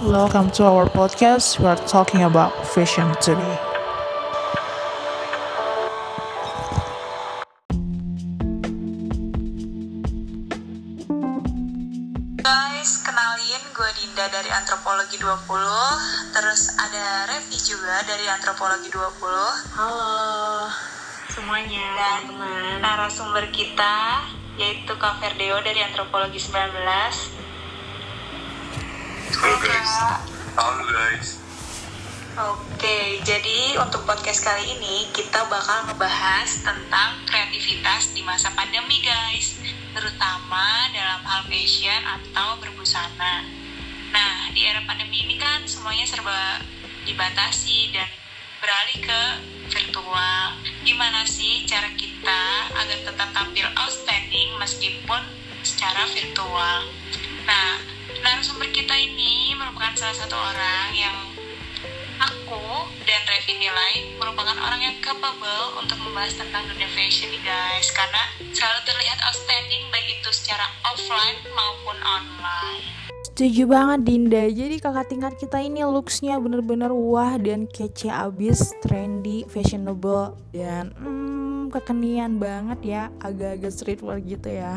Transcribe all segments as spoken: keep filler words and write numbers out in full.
welcome to our podcast. We are talking about fashion today. Guys, kenalin gue Dinda dari Antropologi dua puluh. Terus ada Revi juga dari Antropologi dua puluh. Halo semuanya. Dan teman-teman. narasumber kita yaitu Kak Ferdeo dari Antropologi sembilan belas. Halo guys. Halo guys. Oke, jadi untuk podcast kali ini kita bakal ngebahas tentang kreativitas di masa pandemi guys, terutama dalam hal fashion atau berbusana. Nah, di era pandemi ini kan semuanya serba dibatasi dan beralih ke virtual. Gimana sih cara kita agar tetap tampil outstanding meskipun secara virtual? Nah, narasumber kita ini merupakan salah satu orang yang aku dan Revi nilai merupakan orang yang capable untuk membahas tentang dunia fashion nih guys, karena selalu terlihat outstanding baik itu secara offline maupun online. Setuju banget Dinda. Jadi kakak tingkat kita ini looksnya bener-bener wah dan kece abis, trendy, fashionable, dan hmm, kekinian banget ya, agak-agak streetwear gitu ya.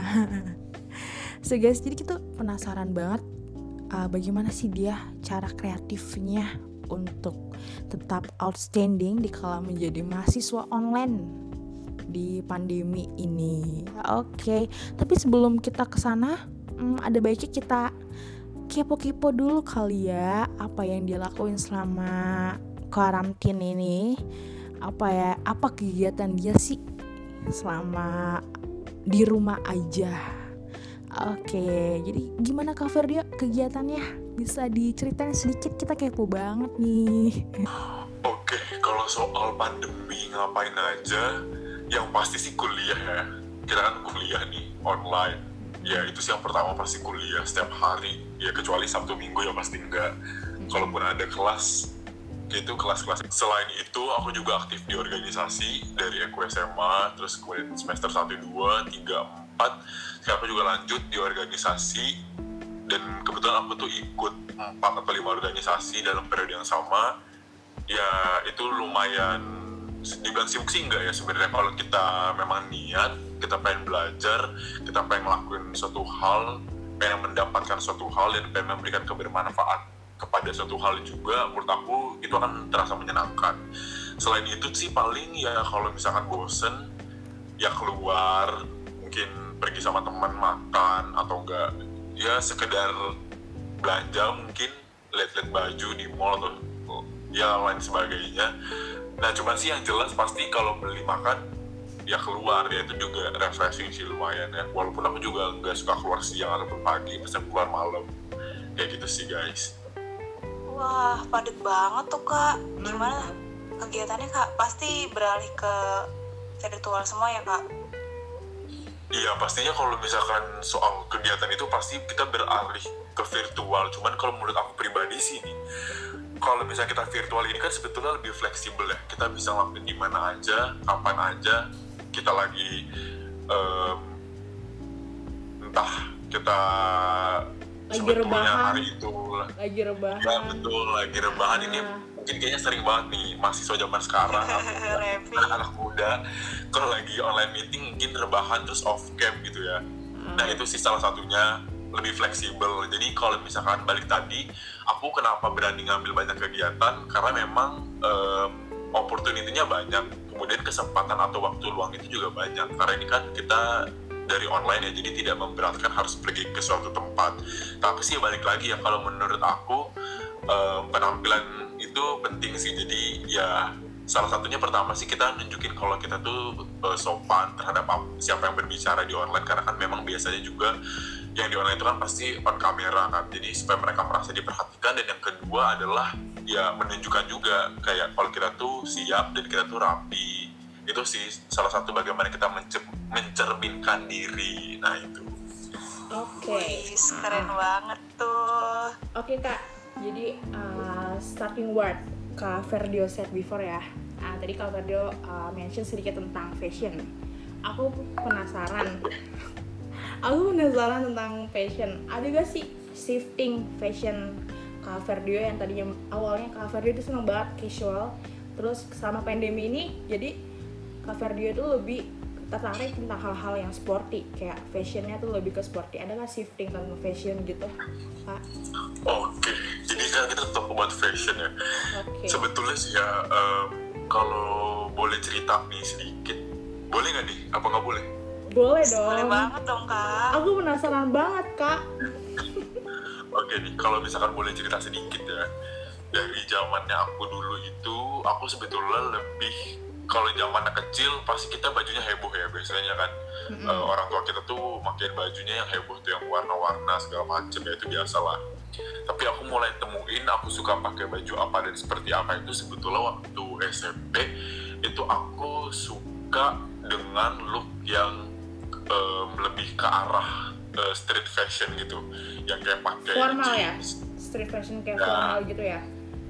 So guys, jadi kita penasaran banget uh, bagaimana sih dia cara kreatifnya untuk tetap outstanding di kala menjadi mahasiswa online di pandemi ini. Oke, okay. Tapi sebelum kita kesana, hmm, ada baiknya kita kepo-kepo dulu kali ya, apa yang dia lakuin selama karantin ini. Apa ya, apa kegiatan dia sih selama di rumah aja. Oke, jadi gimana Kak Ferdia kegiatannya? Bisa diceritain sedikit, kita kepo banget nih. Oke, kalau soal pandemi ngapain aja, yang pasti sih kuliah ya. Kita kan kuliah nih, online. Ya itu sih yang pertama, pasti kuliah setiap hari. Ya kecuali Sabtu Minggu ya pasti enggak. Kalaupun ada kelas, itu kelas-kelas. Selain itu aku juga aktif di organisasi dari aku S M A, terus kemudian semester satu, dua, tiga, empat. Sekarang aku juga lanjut di organisasi, dan kebetulan aku tuh ikut empat atau lima organisasi dalam periode yang sama. Ya itu lumayan, dibilang sibuk sih enggak ya sebenarnya. Kalau kita memang niat, kita pengen belajar, kita pengen ngelakuin suatu hal, pengen mendapatkan suatu hal, dan pengen memberikan kebermanfaat kepada suatu hal juga, menurut aku itu akan terasa menyenangkan. Selain itu sih paling ya kalau misalkan bosen, ya keluar, mungkin pergi sama teman makan, atau enggak ya sekedar belanja, mungkin lihat-lihat baju di mall atau ya lain sebagainya. Nah cuman sih yang jelas pasti kalau beli makan ya keluar, ya itu juga refreshing sih lumayan ya, walaupun aku juga nggak suka keluar siang ataupun pagi, pasti keluar malam kayak gitu sih guys. Wah, padat banget tuh Kak. Gimana kegiatannya Kak? Pasti beralih ke virtual semua ya Kak? Iya, pastinya kalau misalkan soal kegiatan itu pasti kita beralih ke virtual. Cuman kalau menurut aku pribadi sih nih, kalau misalnya kita virtual ini kan sebetulnya lebih fleksibel ya. Kita bisa ngelakuin di mana aja, kapan aja. Kita lagi um, entah kita Lagi sebetulnya rebahan. hari itu Lagi rebahan. ya betul, lagi rebahan. Ini mungkin kayaknya sering banget nih mahasiswa zaman sekarang, Revi. anak-anak muda kalau lagi online meeting mungkin rebahan terus off cam gitu ya. Nah itu sih salah satunya, lebih fleksibel. Jadi kalau misalkan balik tadi, aku kenapa berani ngambil banyak kegiatan, karena memang um, opportunity-nya banyak, kemudian kesempatan atau waktu luang itu juga banyak, karena ini kan kita dari online ya, jadi tidak memberatkan harus pergi ke suatu tempat. Tapi sih balik lagi ya, kalau menurut aku um, penampilan itu penting sih. Jadi ya salah satunya pertama sih kita nunjukin kalau kita tuh uh, sopan terhadap siapa yang berbicara di online, karena kan memang biasanya juga yang di online itu kan pasti on kamera kan, jadi supaya mereka merasa diperhatikan. Dan yang kedua adalah ya menunjukkan juga kayak kalau kita tuh siap dan kita tuh rapi. Itu sih salah satu bagaimana kita mencer- mencerminkan diri. Nah itu. Oke. Wih, keren banget tuh. Oke Kak, jadi uh, starting word Kak Ferdio said before ya. Nah, tadi Kak Ferdio uh, mention sedikit tentang fashion. Aku penasaran. Aku penasaran tentang fashion. Ada gak sih shifting fashion Kak Ferdio yang tadinya awalnya Kak Ferdio itu seneng banget casual, terus selama pandemi ini jadi Kak Ferdio itu lebih tertarik tentang hal-hal yang sporty, kayak fashionnya tuh lebih ke sporty. Ada nggak shifting tentang fashion gitu, Kak? Oke, jadi kan kita talk about fashion ya. Oke. Sebetulnya sih ya, um, kalau boleh cerita nih sedikit, boleh nggak nih? Apa nggak boleh? Boleh dong. Boleh banget dong, Kak. Aku penasaran banget, Kak. Oke nih, kalau misalkan boleh cerita sedikit ya, dari zamannya aku dulu itu, aku sebetulnya lebih, kalau zamannya kecil pasti kita bajunya heboh ya biasanya kan. Mm-hmm. uh, orang tua kita tuh makin bajunya yang heboh tuh, yang warna-warna segala macam ya, itu biasa lah. Tapi aku mulai temuin aku suka pakai baju apa dan seperti apa itu sebetulnya waktu S M P. Itu aku suka dengan look yang um, lebih ke arah uh, street fashion gitu, yang kayak pakai formal ya, jeans. street fashion kayak Ya. formal gitu ya.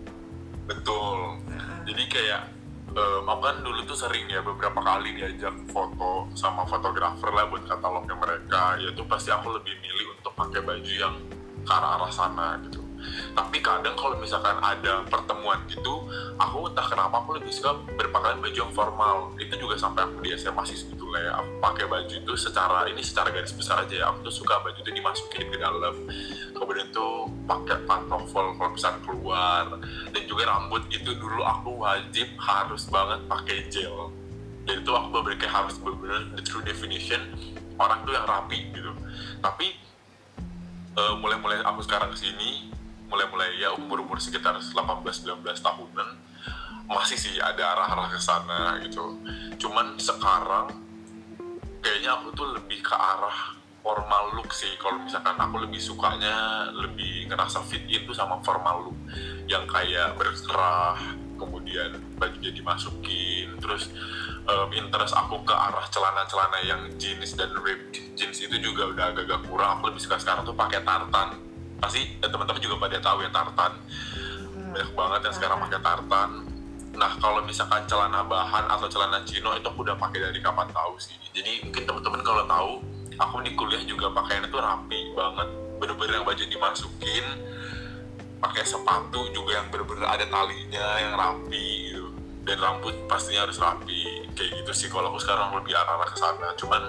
Betul. Nah. Jadi kayak um, aku kan dulu tuh sering ya beberapa kali diajak foto sama fotografer lah buat katalognya mereka. Ya itu pasti aku lebih milih untuk pakai baju yang ke arah-arah sana gitu. Tapi kadang kalau misalkan ada pertemuan gitu, aku entah kenapa aku lebih suka berpakaian baju yang formal. Itu juga sampai aku di S M A sih sebetulnya ya. Aku pakai baju itu secara, ini secara garis besar aja ya. Aku tuh suka baju itu dimasukin ke dalam. Kemudian tuh pakai pantofel kalau misalkan keluar. Dan juga rambut itu dulu aku wajib harus banget pakai gel. Dan itu aku bener-bener kayak harus bener-bener the true definition orang tuh yang rapi gitu. Tapi uh, mulai-mulai aku sekarang kesini, mulai-mulai ya umur-umur sekitar delapan belas sembilan belas tahunan, masih sih ada arah-arah ke sana gitu. Cuman sekarang kayaknya aku tuh lebih ke arah formal look sih. Kalau misalkan aku lebih sukanya lebih ngerasa fit in tuh sama formal look yang kayak berkerah, kemudian bajunya dimasukin, terus um, interest aku ke arah celana-celana yang jeans dan ripped jeans itu juga udah agak-agak kurang. Aku lebih suka sekarang tuh pakai tartan. Pasti ya, teman-teman juga pada tahu ya tartan. Banyak banget yang sekarang pakai tartan. Nah, kalau misalkan celana bahan atau celana chino itu aku udah pakai dari kapan tahu sih. Jadi mungkin teman-teman kalau tahu, aku di kuliah juga pakaiannya tuh rapi banget. Bener-bener yang baju dimasukin, pakai sepatu juga yang bener-bener ada talinya, yang rapi gitu. Dan rambut pastinya harus rapi. Kayak gitu sih kalau aku sekarang lebih arah-arah ke sana. Cuman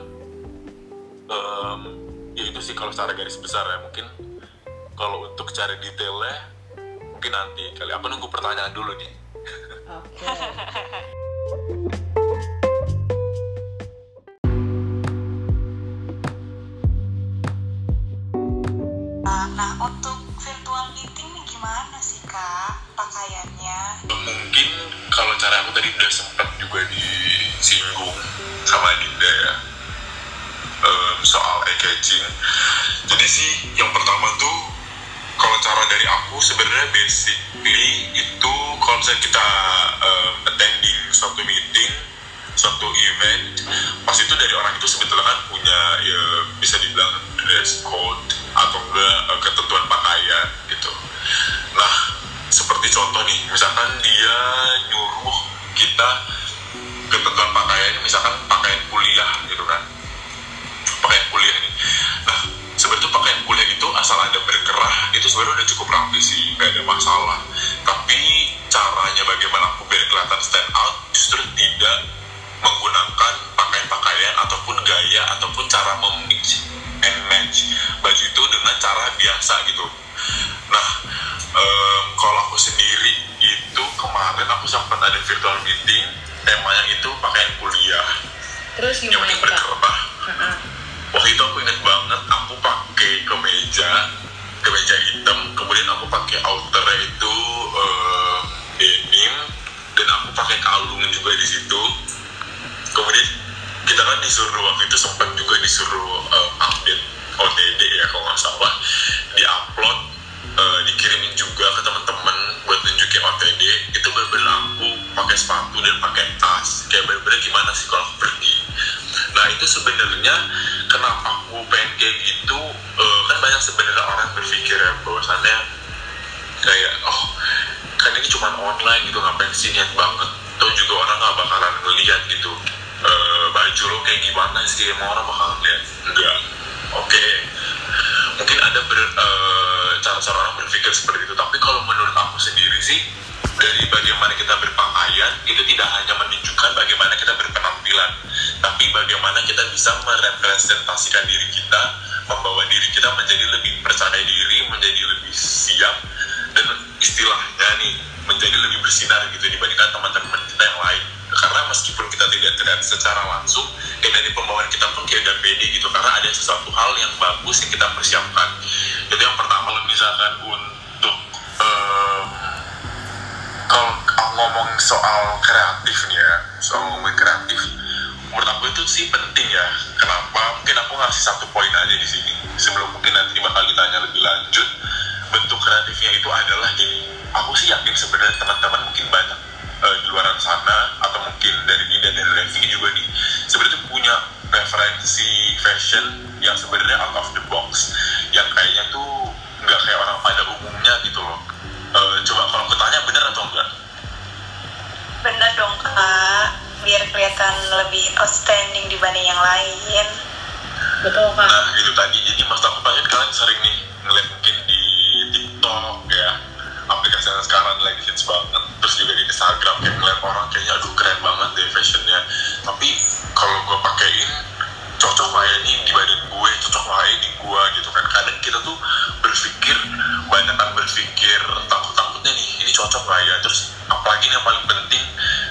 um, ya itu sih kalau secara garis besar ya. Mungkin kalau untuk cari detailnya mungkin nanti kali. Aku nunggu pertanyaan dulu nih. Oke. Nah, nah, untuk virtual meeting nih gimana sih, Kak, pakaiannya? Mungkin kalau cara aku tadi udah sempat juga disinggung sama Dinda ya, um, soal eye-catching. Jadi sih yang pertama tuh, kalau cara dari aku sebenarnya basically itu kalau misalnya kita um, attending suatu meeting, suatu event, pasti itu dari orang itu sebetulnya kan punya ya bisa dibilang dress code atau enggak uh, ketentuan pakaian gitu. Nah, seperti contoh nih, misalkan dia nyuruh kita ketentuan pakaian, misalkan pakaian kuliah gitu kan, pakaian kuliah nih. Nah, sebenarnya pakaian kuliah itu asal ada berkerah itu sebenarnya udah cukup rapi sih, nggak ada masalah. Tapi caranya bagaimana aku biar kelihatan stand out justru tidak menggunakan pakaian-pakaian ataupun gaya ataupun cara memix and match baju itu dengan cara biasa gitu. Nah, um, kalau aku sendiri itu kemarin aku sempat ada virtual meeting, temanya itu pakaian kuliah. Terus yang gimana, penting Kak? berkerah. Uh-uh. Waktu itu aku inget banget, aku pakai kemeja, kemeja hitam, kemudian aku pakai outernya itu uh, denim, dan aku pakai kalung juga di situ. Kemudian kita kan disuruh waktu itu sempat juga disuruh uh, update O T D ya kalau nggak salah, di-upload, uh, dikirimin juga ke teman-teman buat nunjukin O T D. Itu bener-bener aku pakai sepatu dan pakai tas, kayak bener-bener gimana sih kalau aku pergi. Nah itu sebenarnya kenapa aku pengen kayak gitu, uh, kan banyak sebenarnya orang berpikir ya bahwasannya kayak oh kan ini cuma online gitu, ngapain sih niat banget, atau juga orang nggak bakalan ngeliat gitu uh, baju lo kayak gimana sih, emang orang bakalan lihat enggak. Oke okay. Mungkin ada ber, uh, cara-cara orang berpikir seperti itu, tapi tapi bagaimana kita bisa merepresentasikan diri kita, membawa diri kita menjadi lebih percaya diri, menjadi lebih siap, dan istilahnya nih menjadi lebih bersinar gitu dibandingkan teman-teman kita yang lain. Karena meskipun kita tidak terlihat secara langsung, kayak dari pembawaan kita pun kayak udah pede gitu, karena ada sesuatu hal yang bagus yang kita persiapkan. Itu yang pertama. Misalkan untuk uh, kalau aku ngomong soal kreatif nih ya, soal ngomong kreatif, menurut aku itu sih penting ya. Kenapa? Mungkin aku ngasih satu poin aja di sini. Sebelum mungkin nanti bakal ditanya lebih lanjut, bentuk kreatifnya itu adalah gini. Aku sih yakin sebenarnya teman-teman mungkin banyak uh, di luar sana, atau mungkin dari Dinda dan Revi juga nih, sebenarnya punya referensi fashion yang sebenarnya out of the box, yang kayaknya tuh nggak kayak orang pada umumnya gitu loh. Uh, coba kalau aku tanya, bener atau enggak? Bener dong kak, biar kelihatan lebih outstanding dibanding yang lain. Betul kak. Nah itu tadi, jadi maksud aku pengen kalian sering nih ngeliat mungkin di TikTok ya, aplikasi yang sekarang lagi hits banget, terus juga di Instagram kayak ngeliat orang kayaknya aduh keren banget deh fashionnya, tapi kalau gue pakein cocok lah ya ini di badan gue, cocok lah ya di gue gitu kan. Kadang kita tuh berpikir, banyak kan berpikir takut-takutnya nih, ini cocok lah ya. Terus apalagi yang paling penting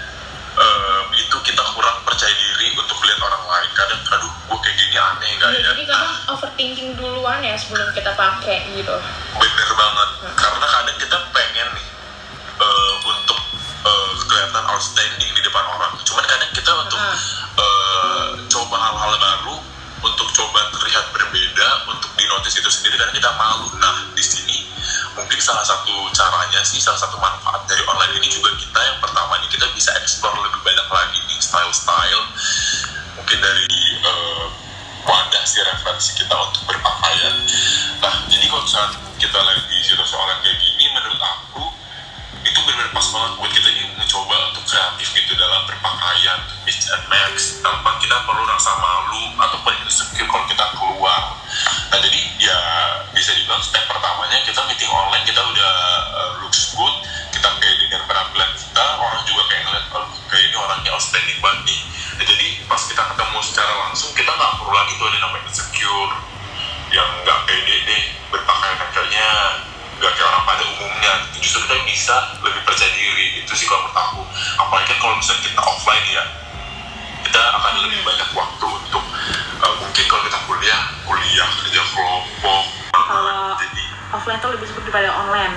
uh, itu kita kurang percaya diri untuk lihat orang lain. Kadang aduh gue kayak gini aneh gak ya, Jadi kadang overthinking duluan ya sebelum kita pakai gitu. bener banget. Hmm. Karena kadang kita pengen nih uh, untuk uh, kelihatan outstanding di depan orang, cuman kadang kita untuk Hmm. uh, coba hal-hal baru, untuk coba terlihat berbeda, untuk dinotis itu sendiri, karena kita malu. Nah di sini mungkin salah satu caranya sih, salah satu manfaat dari online ini juga kita yang pertama nih, kita bisa explore lebih banyak lagi nih style-style, mungkin dari uh, wadah sih referensi kita untuk berpakaian. Nah jadi kalau misalnya kita lagi di situasi online kayak gini, menurut aku itu benar-benar pas banget buat kita ini mencoba untuk kreatif gitu dalam berpakaian, mix and match, tanpa kita perlu rasa malu ataupun insecure kalau kita keluar. Nah jadi ya bisa dibilang step pertamanya kita meeting online, kita udah uh, looks good, kita pede dengan penampilan kita, orang juga kayak ngeliat oh, kayak ini orangnya outstanding banget nih. Nah jadi pas kita ketemu secara langsung, kita nggak perlu lagi tuh ada namanya insecure, yang nggak pede deh berpakaian kayaknya nggak kayak orang pada umumnya. Justru kita bisa lebih percaya diri, itu sih kalau menurut aku. Apalagi kalau misalnya kita offline ya, kita akan lebih banyak waktu untuk uh, mungkin kalau kita kuliah, kuliah kerja kelompok. Kalau jadi offline tuh lebih seperti daripada online.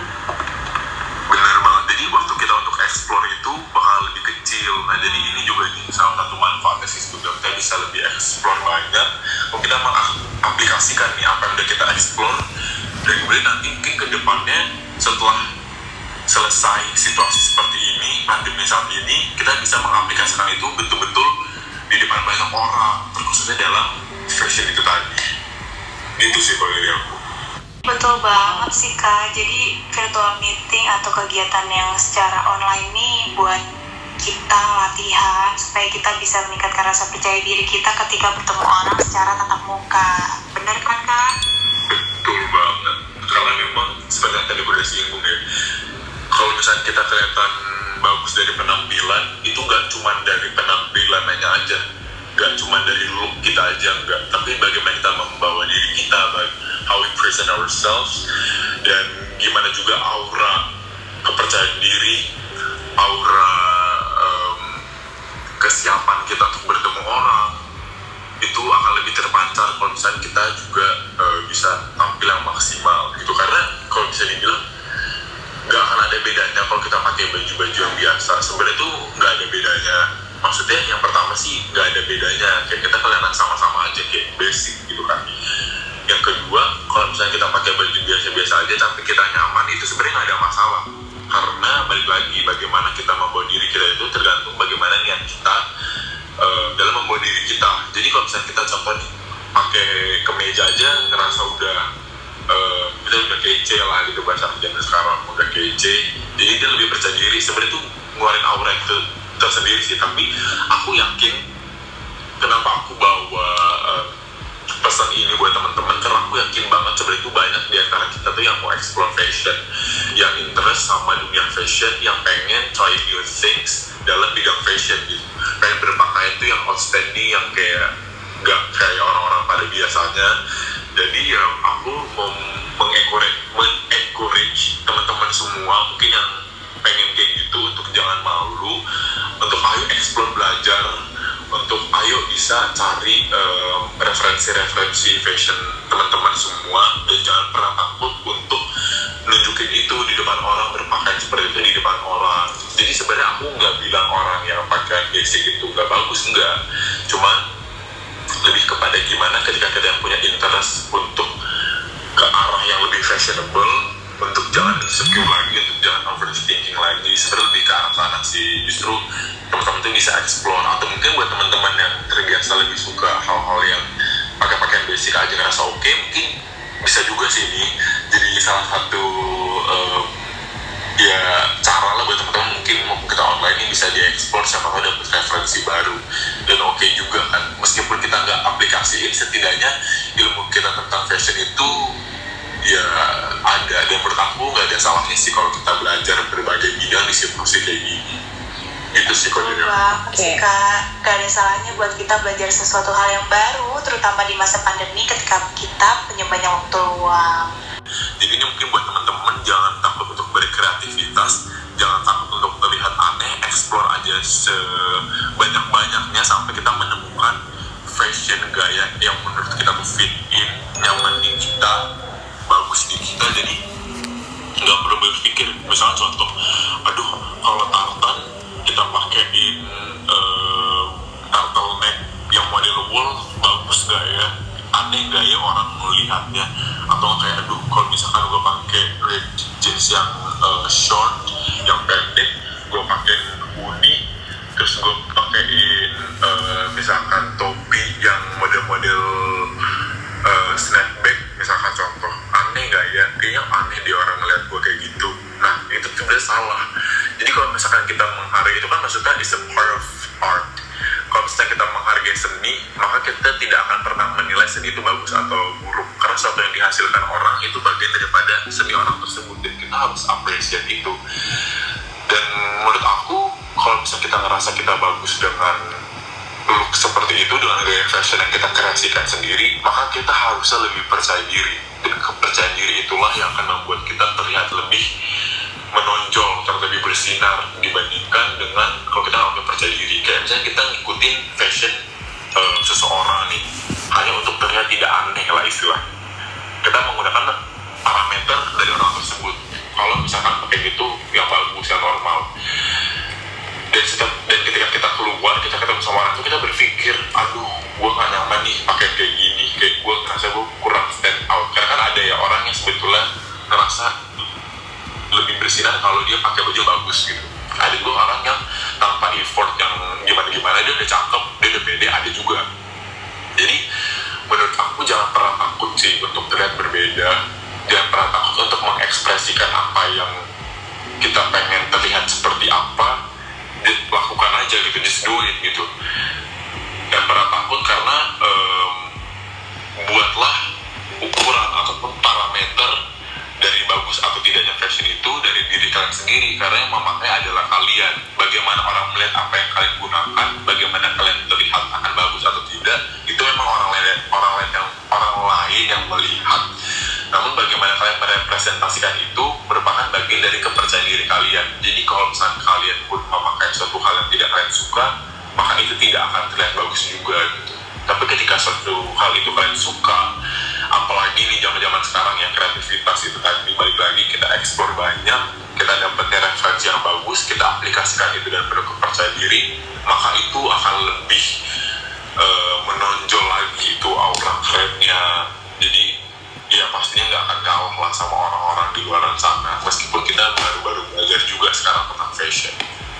benar banget. Jadi waktu kita untuk explore itu bakal lebih kecil. Nah jadi ini juga nih salah satu manfaatnya sih, kita bisa lebih explore banyak. Kalau kita mengaplikasikan nih apa yang udah kita explore, dan kemudian nanti mungkin ke depannya setelah selesai situasi seperti ini, pandemi saat ini, kita bisa mengaplikasikan itu betul-betul di depan banyak orang, terkhususnya dalam fashion itu tadi. Itu sih kalau dari aku. Betul banget sih kak, jadi virtual meeting atau kegiatan yang secara online ini buat kita latihan supaya kita bisa meningkatkan rasa percaya diri kita ketika bertemu orang secara tatap muka. Bener kan kak? Betul banget, karena memang seperti yang tadi gue udah singgung ya, kalau misalnya kita kelihatan bagus dari penampilan, itu gak cuma dari penampilannya aja, gak cuma dari look kita aja, enggak, tapi bagaimana kita membawa diri kita, how we present ourselves, dan gimana juga aura kepercayaan diri, aura um, kesiapan kita untuk bertemu orang, itu akan lebih terpancar kalau misalnya kita juga uh, bisa tampil yang maksimal gitu. Karena kalau bisa dibilang nggak akan ada bedanya kalau kita pakai baju-baju yang biasa. Sebenarnya tuh nggak ada bedanya. Maksudnya yang pertama sih nggak ada bedanya, kayak kita kelihatan sama-sama aja kayak basic gitu kan. Yang kedua, kalau misalnya kita pakai baju biasa-biasa aja tapi kita nyaman, itu sebenarnya nggak ada masalah. Karena balik lagi, bagaimana kita membawa diri kita itu tergantung bagaimana niat kita Uh, dalam membawa diri kita. Jadi kalau misalnya kita contoh nih pakai kemeja aja ngerasa udah uh, kita udah kece lah gitu, bahasa zaman sekarang udah kece, jadi dia lebih percaya diri. Sebenarnya tuh ngeluarin aura itu tersendiri sih. Tapi aku yakin kenapa aku bawa uh, pesan ini buat teman-teman, karena aku yakin banget sebenarnya itu banyak di antara kita tuh yang mau explore fashion, yang interest sama dunia fashion, yang pengen try new things dalam bidang fashion gitu. kayak berpakaian tuh yang outstanding, yang kayak gak kayak orang-orang pada biasanya. Jadi ya aku mau mengencourage, mengencourage teman-teman semua mungkin yang pengen kayak gitu untuk jangan malu, untuk ayo explore, belajar, untuk ayo bisa cari um, referensi-referensi fashion teman-teman semua, dan jangan pernah takut untuk nunjukin itu di depan orang, berpakaian seperti itu di depan orang. Jadi sebenarnya aku nggak bilang orang yang pakaian basic itu nggak bagus, enggak, cuman lebih kepada gimana ketika kita yang punya interest untuk ke arah yang lebih fashionable, untuk jangan insecure lagi, untuk jangan overthinking lagi, sebenarnya lebih ke arah sana sih. Justru teman-teman tuh bisa explore, atau mungkin buat teman-teman yang terbiasa lebih suka hal-hal yang pakai pakaian basic aja ngerasa oke, okay, mungkin bisa juga sih ini jadi salah satu uh, ya cara lah buat teman-teman mungkin mau kita online ini bisa dieksplor, siapa tahu dapat referensi baru. Dan oke okay juga kan, meskipun kita nggak aplikasiin, setidaknya ilmu kita tentang fashion itu ya ada, dan menurut aku nggak ada salahnya sih kalau kita belajar berbagai bidang di situasi kayak gini. Itu sih kok jadi. Banget sih Kak, gak ada salahnya buat kita belajar sesuatu hal yang baru, terutama di masa pandemi ketika kita punya banyak waktu luang. Jadi ini mungkin buat teman-teman, jangan takut untuk berkreativitas, jangan takut untuk terlihat aneh, explore aja sebanyak-banyaknya sampai kita menemukan fashion gaya yang menurut kita tuh fit in, nyaman di kita, bagus di kita. Jadi nggak perlu berpikir, misalnya contoh, aduh kalau tartan kita pakein uh, turtleneck yang model wool bagus gak ya, aneh gak ya orang melihatnya, atau kayak aduh kalau misalkan gue pakai red jeans yang uh, short, yang pendek, gue pakein hoodie, terus gue pakein uh, misalkan topi yang model-model uh, snapback misalkan contoh, aneh gak ya, kayaknya aneh di orang ngeliat gue kayak gitu. Nah itu sebenarnya salah. Jadi kalau misalkan kita menghargai itu kan maksudnya is a part of art. Kalau misalnya kita menghargai seni, maka kita tidak akan pernah menilai seni itu bagus atau buruk, karena sesuatu yang dihasilkan orang itu bagian daripada seni orang tersebut, dan kita harus appreciate itu. Dan menurut aku kalau misalnya kita ngerasa kita bagus dengan look seperti itu, dengan gaya fashion yang kita kreasikan sendiri, maka kita harusnya lebih percaya diri, dan kepercayaan diri itulah yang akan membuat kita terlihat lebih menonjol, terlebih bersinar dibandingkan dengan kalau kita nggak percaya diri. Kayak misalnya kita ngikutin fashion uh, seseorang nih hanya untuk terlihat tidak aneh lah istilahnya. Kita menggunakan parameter dari orang tersebut. Kalau misalkan pakai itu yang bagus, yang normal. Dan, setiap, dan ketika kita keluar, kita ketemu sama orang itu, kita berpikir, aduh, gue gak nyaman nih pakai kayak gini, kayak gue ngerasa gue kurang stand out. Karena kan ada ya orang yang sebetulnya ngerasa lebih bersinar kalau dia pakai baju bagus gitu. Ada juga orang yang tanpa effort yang gimana-gimana dia udah cakep, dia udah pede, ada juga. Jadi menurut aku jangan pernah takut sih untuk terlihat berbeda, jangan pernah takut untuk mengekspresikan apa yang kita pengen terlihat seperti apa, lakukan aja gitu, just do it gitu. Jangan pernah takut, karena um, buatlah ukuran ataupun parameter dari bagus atau tidaknya fashion itu dari diri kalian sendiri, karena yang memakai adalah kalian. Bagaimana orang melihat apa yang kalian gunakan, bagaimana kalian terlihat akan bagus atau tidak, itu memang orang lain orang lain yang orang lain yang melihat. Namun bagaimana kalian merepresentasikan itu merupakan bagian dari kepercayaan diri kalian. Jadi kalau misalnya kalian pun memakai suatu hal yang tidak kalian suka, maka itu tidak akan terlihat bagus juga gitu. Tapi ketika suatu hal itu kalian suka, apalagi di zaman-zaman sekarang yang kreativitas itu tadi, balik lagi kita eksplor banyak, kita dapatnya referensi yang bagus, kita aplikasikan itu dan penuh kepercayaan diri, maka itu akan lebih uh, menonjol lagi itu aura kerennya. Jadi ya pastinya nggak akan kalah lah sama orang-orang di luar sana, meskipun kita baru-baru belajar juga sekarang tentang fashion.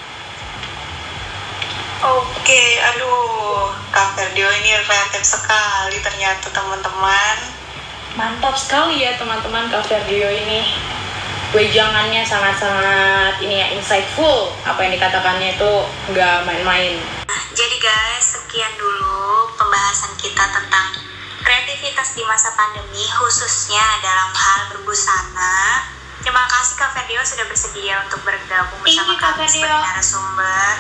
Oke, aduh, Kak Ferdio ini kreatif sekali ternyata teman-teman. Mantap sekali ya teman-teman, Kak Ferdio ini. Wejangannya sangat-sangat ini ya, insightful. Apa yang dikatakannya itu nggak main-main. Jadi guys, sekian dulu pembahasan kita tentang kreativitas di masa pandemi, khususnya dalam hal berbusana. Terima kasih Kak Ferdio sudah bersedia untuk bergabung bersama kami sebagai narasumber.